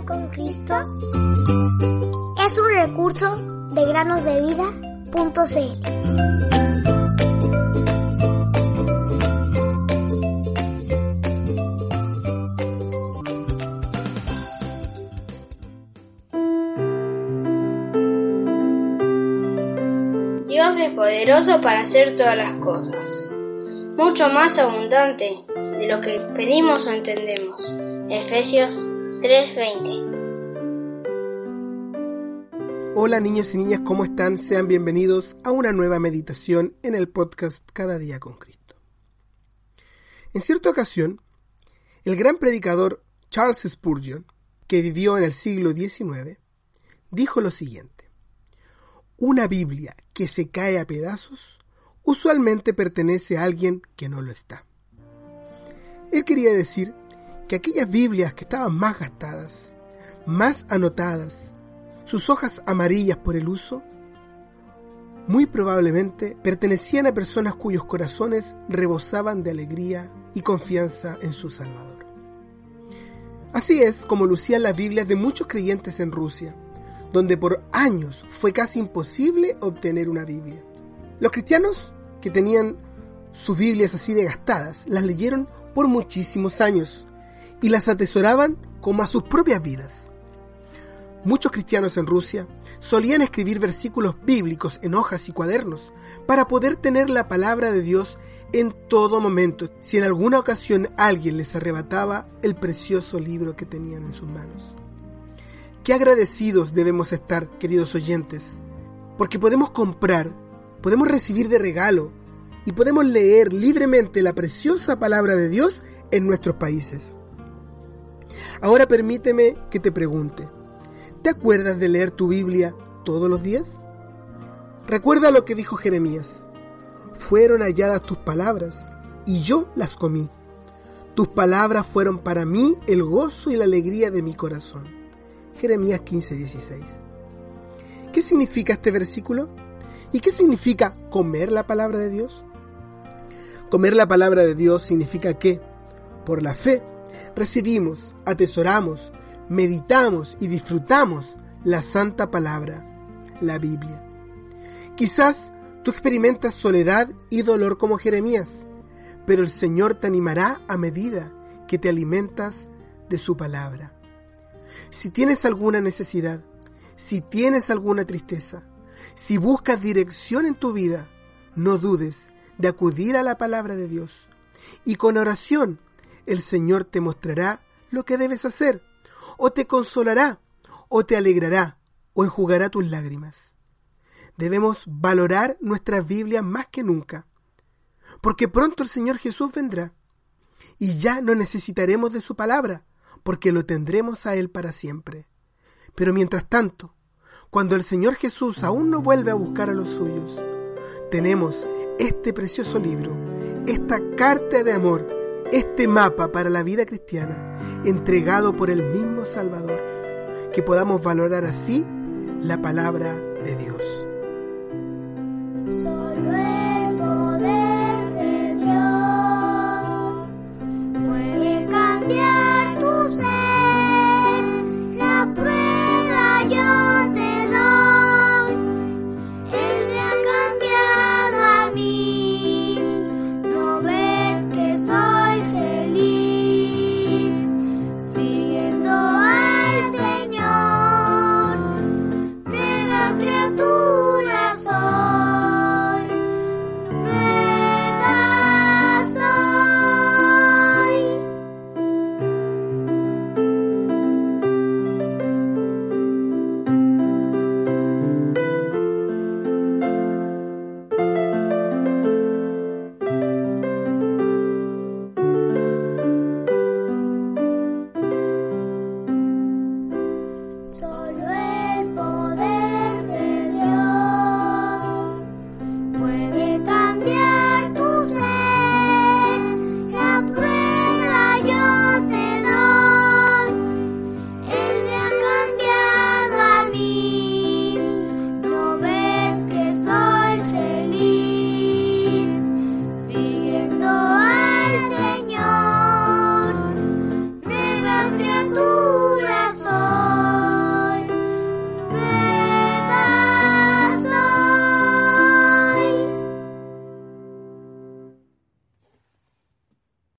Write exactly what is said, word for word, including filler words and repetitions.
con Cristo es un recurso de granosdevida punto c l. Dios es poderoso para hacer todas las cosas, mucho más abundante de lo que pedimos o entendemos. Efesios tres veinte. Hola niños y niñas, ¿cómo están? Sean bienvenidos a una nueva meditación en el podcast Cada Día con Cristo. En cierta ocasión, el gran predicador Charles Spurgeon, que vivió en el siglo diecinueve, dijo lo siguiente: una Biblia que se cae a pedazos usualmente pertenece a alguien que no lo está. Él quería decir que aquellas Biblias que estaban más gastadas, más anotadas, sus hojas amarillas por el uso, muy probablemente pertenecían a personas cuyos corazones rebosaban de alegría y confianza en su Salvador. Así es como lucían las Biblias de muchos creyentes en Rusia, donde por años fue casi imposible obtener una Biblia. Los cristianos que tenían sus Biblias así de gastadas, las leyeron por muchísimos años y las atesoraban como a sus propias vidas. Muchos cristianos en Rusia solían escribir versículos bíblicos en hojas y cuadernos para poder tener la palabra de Dios en todo momento, si en alguna ocasión alguien les arrebataba el precioso libro que tenían en sus manos. Qué agradecidos debemos estar, queridos oyentes, porque podemos comprar, podemos recibir de regalo y podemos leer libremente la preciosa palabra de Dios en nuestros países. Ahora permíteme que te pregunte, ¿te acuerdas de leer tu Biblia todos los días? Recuerda lo que dijo Jeremías: fueron halladas tus palabras y yo las comí. Tus palabras fueron para mí el gozo y la alegría de mi corazón. Jeremías quince dieciséis. ¿Qué significa este versículo? ¿Y qué significa comer la palabra de Dios? Comer la palabra de Dios significa que, por la fe, recibimos, atesoramos, meditamos y disfrutamos la santa palabra, la Biblia. Quizás tú experimentas soledad y dolor como Jeremías, pero el Señor te animará a medida que te alimentas de su palabra. Si tienes alguna necesidad, si tienes alguna tristeza, si buscas dirección en tu vida, no dudes de acudir a la palabra de Dios. Y con oración, el Señor te mostrará lo que debes hacer, o te consolará, o te alegrará, o enjugará tus lágrimas. Debemos valorar nuestras Biblias más que nunca, porque pronto el Señor Jesús vendrá, y ya no necesitaremos de su palabra, porque lo tendremos a Él para siempre. Pero mientras tanto, cuando el Señor Jesús aún no vuelve a buscar a los suyos, tenemos este precioso libro, esta carta de amor, este mapa para la vida cristiana, entregado por el mismo Salvador, que podamos valorar así la palabra de Dios.